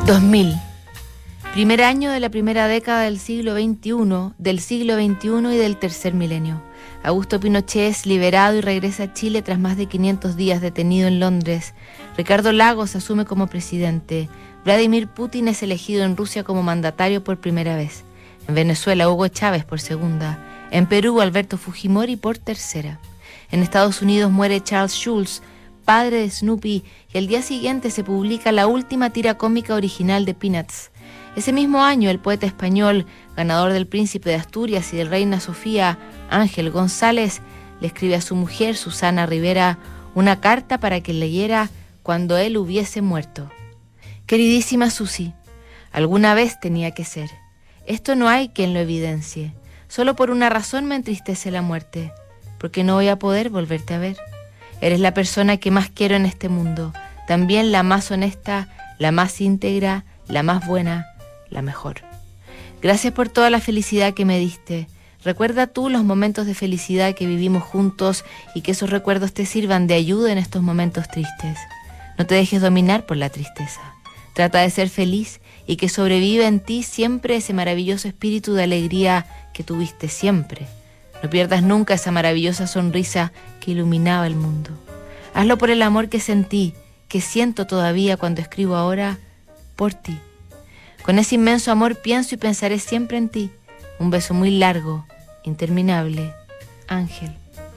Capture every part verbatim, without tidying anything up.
dos mil. Primer año de la primera década del siglo veintiuno, del siglo veintiuno y del tercer milenio. Augusto Pinochet es liberado y regresa a Chile tras más de quinientos días detenido en Londres. Ricardo Lagos asume como presidente. Vladimir Putin es elegido en Rusia como mandatario por primera vez. En Venezuela, Hugo Chávez por segunda. En Perú, Alberto Fujimori por tercera. En Estados Unidos muere Charles Schulz, padre de Snoopy, y al día siguiente se publica la última tira cómica original de Peanuts. Ese mismo año, el poeta español, ganador del Príncipe de Asturias y del Reina Sofía, Ángel González, le escribe a su mujer, Susana Rivera, una carta para que leyera cuando él hubiese muerto. Queridísima Susi, alguna vez tenía que ser. Esto no hay quien lo evidencie. Solo por una razón me entristece la muerte, porque no voy a poder volverte a ver. Eres la persona que más quiero en este mundo, también la más honesta, la más íntegra, la más buena, la mejor. Gracias por toda la felicidad que me diste. Recuerda tú los momentos de felicidad que vivimos juntos y que esos recuerdos te sirvan de ayuda en estos momentos tristes. No te dejes dominar por la tristeza. Trata de ser feliz y que sobreviva en ti siempre ese maravilloso espíritu de alegría que tuviste siempre. No pierdas nunca esa maravillosa sonrisa que iluminaba el mundo. Hazlo por el amor que sentí, que siento todavía cuando escribo ahora, por ti. Con ese inmenso amor pienso y pensaré siempre en ti. Un beso muy largo, interminable, Ángel.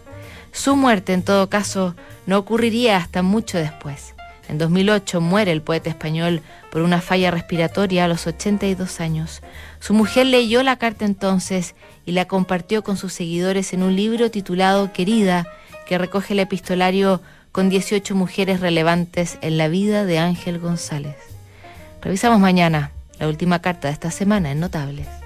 Su muerte, en todo caso, no ocurriría hasta mucho después. En dos mil ocho muere el poeta español por una falla respiratoria a los ochenta y dos años. Su mujer leyó la carta entonces y la compartió con sus seguidores en un libro titulado Querida, que recoge el epistolario con dieciocho mujeres relevantes en la vida de Ángel González. Revisamos mañana la última carta de esta semana en Notables.